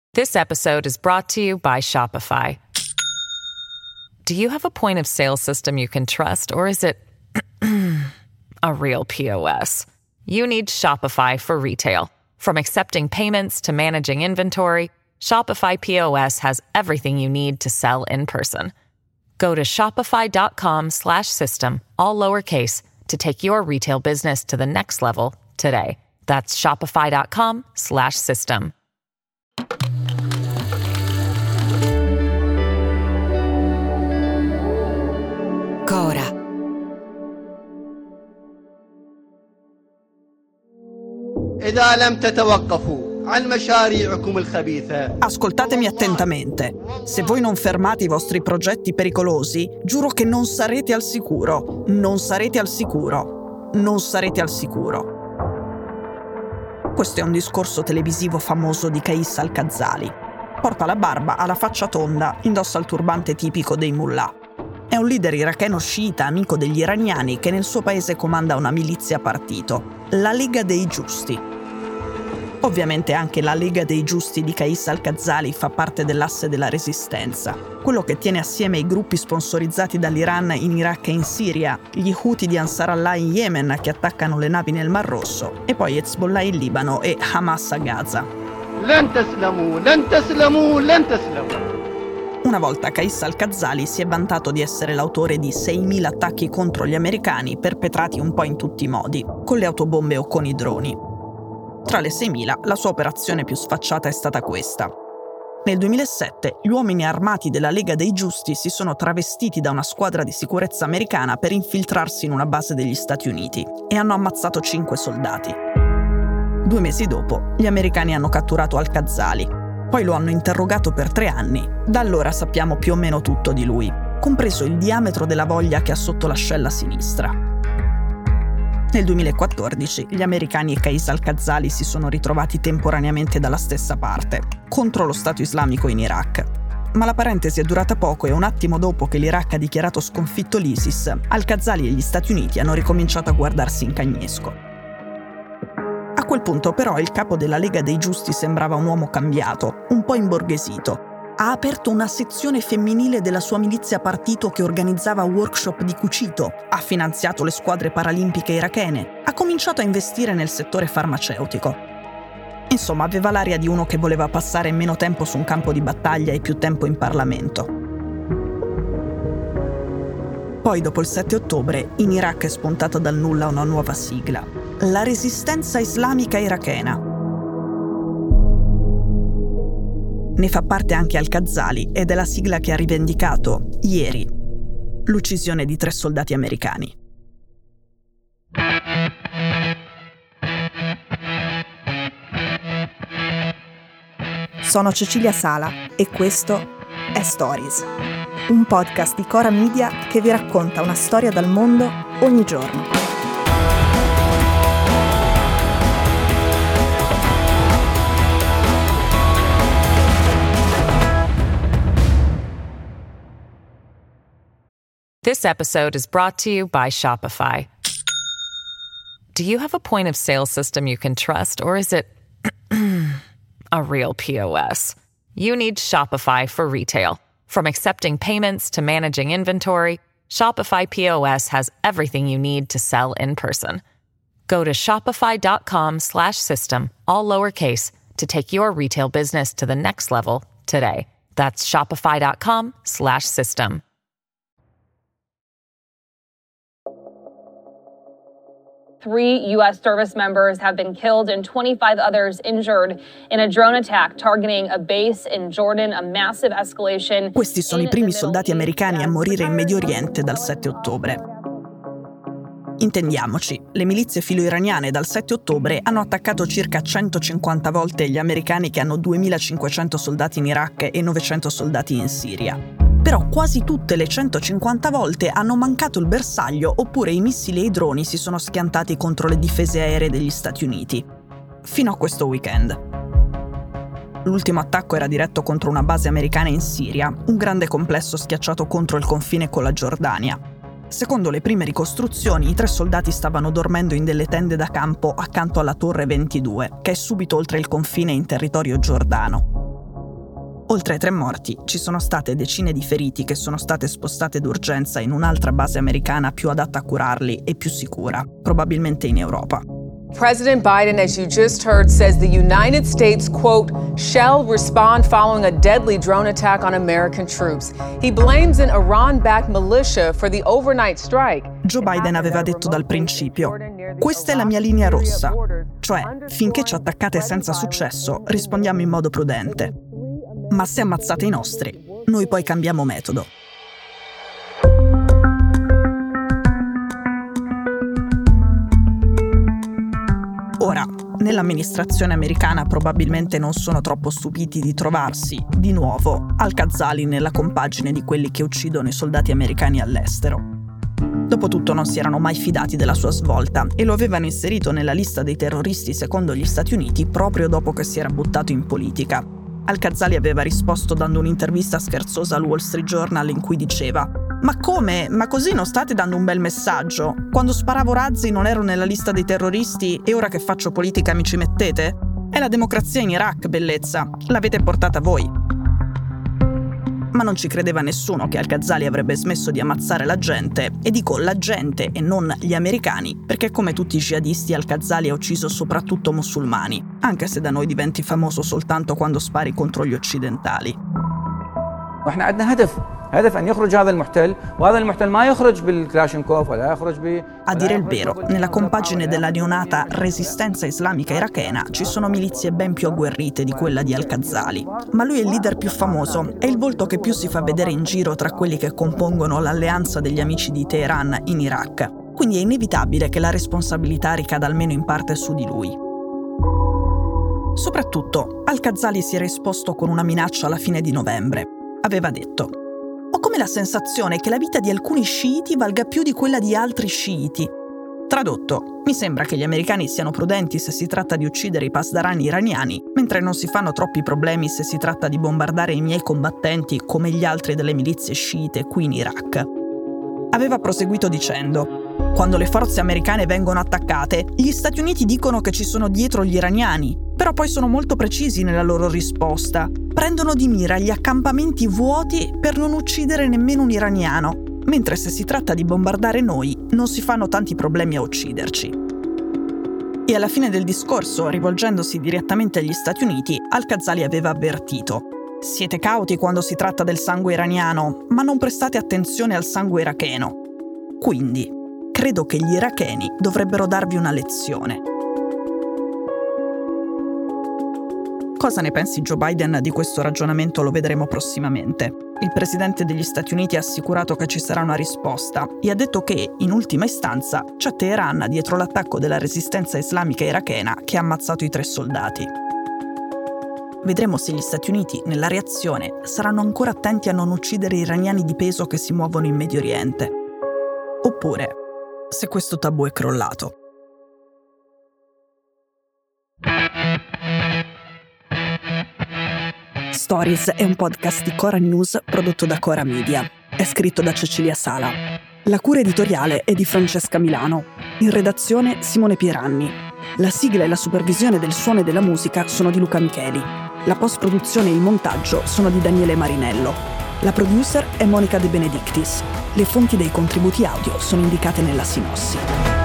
This episode is brought to you by Shopify. Do you have a point of sale system you can trust, or is it a real POS? You need Shopify for retail. From accepting payments to managing inventory, Shopify POS has everything you need to sell in person. Go to shopify.com/system, all lowercase, to take your retail business to the next level today. That's shopify.com/system. Cora. إذا لم تتوقفوا عن مشاريعكم الخبيثة. Ascoltatemi attentamente. Se voi non fermate i vostri progetti pericolosi, giuro che non sarete al sicuro. Non sarete al sicuro. Non sarete al sicuro. Questo è un discorso televisivo famoso di Qais al-Khazali. Porta la barba, ha la faccia tonda, indossa il turbante tipico dei mullah. È un leader iracheno sciita, amico degli iraniani, che nel suo paese comanda una milizia partito, la Lega dei Giusti. Ovviamente anche la Lega dei Giusti di Qais al-Khazali fa parte dell'asse della resistenza, quello che tiene assieme i gruppi sponsorizzati dall'Iran in Iraq e in Siria, gli Houthi di Ansar Allah in Yemen che attaccano le navi nel Mar Rosso, e poi Hezbollah in Libano e Hamas a Gaza. لن تسلموا لن تسلموا لن تسلموا. Una volta Qais al-Khazali si è vantato di essere l'autore di 6.000 attacchi contro gli americani perpetrati un po' in tutti i modi, con le autobombe o con i droni. Tra le 6.000, la sua operazione più sfacciata è stata questa. Nel 2007, gli uomini armati della Lega dei Giusti si sono travestiti da una squadra di sicurezza americana per infiltrarsi in una base degli Stati Uniti e hanno ammazzato 5 soldati. 2 mesi dopo, gli americani hanno catturato al-Khazali. Poi lo hanno interrogato per 3 anni. Da allora sappiamo più o meno tutto di lui, compreso il diametro della voglia che ha sotto l'ascella sinistra. Nel 2014 gli americani e Qais al-Khazali si sono ritrovati temporaneamente dalla stessa parte, contro lo Stato islamico in Iraq. Ma la parentesi è durata poco e un attimo dopo che l'Iraq ha dichiarato sconfitto l'ISIS, al-Khazali e gli Stati Uniti hanno ricominciato a guardarsi in cagnesco. A quel punto però il capo della Lega dei Giusti sembrava un uomo cambiato, un po' imborghesito. Ha aperto una sezione femminile della sua milizia partito che organizzava workshop di cucito, ha finanziato le squadre paralimpiche irachene, ha cominciato a investire nel settore farmaceutico. Insomma, aveva l'aria di uno che voleva passare meno tempo su un campo di battaglia e più tempo in Parlamento. Poi, dopo il 7 ottobre, in Iraq è spuntata dal nulla una nuova sigla: la Resistenza Islamica Irachena. Ne fa parte anche al-Khazali ed è la sigla che ha rivendicato, ieri, l'uccisione di 3 soldati americani. Sono Cecilia Sala e questo è Stories, un podcast di Cora Media che vi racconta una storia dal mondo ogni giorno. This episode is brought to you by Shopify. Do you have a point of sale system you can trust, or is it a real POS? You need Shopify for retail. From accepting payments to managing inventory, Shopify POS has everything you need to sell in person. Go to shopify.com/system, all lowercase, to take your retail business to the next level today. That's shopify.com/system. Three U.S. service members have been killed and 25 others injured in a drone attack targeting a base in Jordan, a massive escalation. Questi sono i primi soldati americani a morire in Medio Oriente dal 7 ottobre. Intendiamoci, le milizie filo-iraniane dal 7 ottobre hanno attaccato circa 150 volte gli americani che hanno 2.500 soldati in Iraq e 900 soldati in Siria. Però quasi tutte le 150 volte hanno mancato il bersaglio oppure i missili e i droni si sono schiantati contro le difese aeree degli Stati Uniti. Fino a questo weekend. L'ultimo attacco era diretto contro una base americana in Siria, un grande complesso schiacciato contro il confine con la Giordania. Secondo le prime ricostruzioni, i 3 soldati stavano dormendo in delle tende da campo accanto alla Torre 22, che è subito oltre il confine in territorio giordano. Oltre ai 3 morti, ci sono state decine di feriti che sono state spostate d'urgenza in un'altra base americana più adatta a curarli e più sicura, probabilmente in Europa. President Biden, as you just heard, says the United States, quote, shall respond following a deadly drone attack on American troops. He blames an Iran-backed militia for the overnight strike. Joe Biden aveva detto dal principio: questa è la mia linea rossa, cioè finché ci attaccate senza successo rispondiamo in modo prudente. Ma se ammazzate i nostri, noi poi cambiamo metodo. Ora, nell'amministrazione americana probabilmente non sono troppo stupiti di trovarsi, di nuovo, Al-Khazali nella compagine di quelli che uccidono i soldati americani all'estero. Dopotutto non si erano mai fidati della sua svolta e lo avevano inserito nella lista dei terroristi secondo gli Stati Uniti proprio dopo che si era buttato in politica. Al-Khazali aveva risposto dando un'intervista scherzosa al Wall Street Journal in cui diceva: «Ma come? Ma così non state dando un bel messaggio? Quando sparavo razzi non ero nella lista dei terroristi e ora che faccio politica mi ci mettete? È la democrazia in Iraq, bellezza. L'avete portata voi». Ma non ci credeva nessuno che Al-Khazali avrebbe smesso di ammazzare la gente, e dico la gente e non gli americani, perché come tutti i jihadisti Al-Khazali ha ucciso soprattutto musulmani, anche se da noi diventi famoso soltanto quando spari contro gli occidentali. واحنا عندنا هدف ان يخرج هذا المحتل وهذا المحتل ما يخرج بالكلاشينكوف ولا يخرج ب A dire il vero, nella compagine della neonata Resistenza Islamica Irachena ci sono milizie ben più agguerrite di quella di Al-Khazali, ma lui è il leader più famoso, è il volto che più si fa vedere in giro tra quelli che compongono l'alleanza degli amici di Teheran in Iraq, quindi è inevitabile che la responsabilità ricada almeno in parte su di lui. Soprattutto, Al-Khazali si era esposto con una minaccia alla fine di novembre. Aveva detto: «Ho come la sensazione che la vita di alcuni sciiti valga più di quella di altri sciiti». Tradotto, mi sembra che gli americani siano prudenti se si tratta di uccidere i pasdarani iraniani, mentre non si fanno troppi problemi se si tratta di bombardare i miei combattenti come gli altri delle milizie sciite qui in Iraq. Aveva proseguito dicendo: «Quando le forze americane vengono attaccate, gli Stati Uniti dicono che ci sono dietro gli iraniani, però poi sono molto precisi nella loro risposta. Prendono di mira gli accampamenti vuoti per non uccidere nemmeno un iraniano, mentre se si tratta di bombardare noi non si fanno tanti problemi a ucciderci». E alla fine del discorso, rivolgendosi direttamente agli Stati Uniti, Al-Khazali aveva avvertito: «Siete cauti quando si tratta del sangue iraniano, ma non prestate attenzione al sangue iracheno. Quindi, credo che gli iracheni dovrebbero darvi una lezione». Cosa ne pensi Joe Biden di questo ragionamento lo vedremo prossimamente. Il presidente degli Stati Uniti ha assicurato che ci sarà una risposta e ha detto che, in ultima istanza, c'è Teheran dietro l'attacco della resistenza islamica irachena che ha ammazzato i 3 soldati. Vedremo se gli Stati Uniti, nella reazione, saranno ancora attenti a non uccidere iraniani di peso che si muovono in Medio Oriente. Oppure, se questo tabù è crollato. Stories è un podcast di Cora News prodotto da Cora Media. È scritto da Cecilia Sala. La cura editoriale è di Francesca Milano. In redazione Simone Pieranni. La sigla e la supervisione del suono e della musica sono di Luca Micheli. La post-produzione e il montaggio sono di Daniele Marinello. La producer è Monica De Benedictis. Le fonti dei contributi audio sono indicate nella sinossi.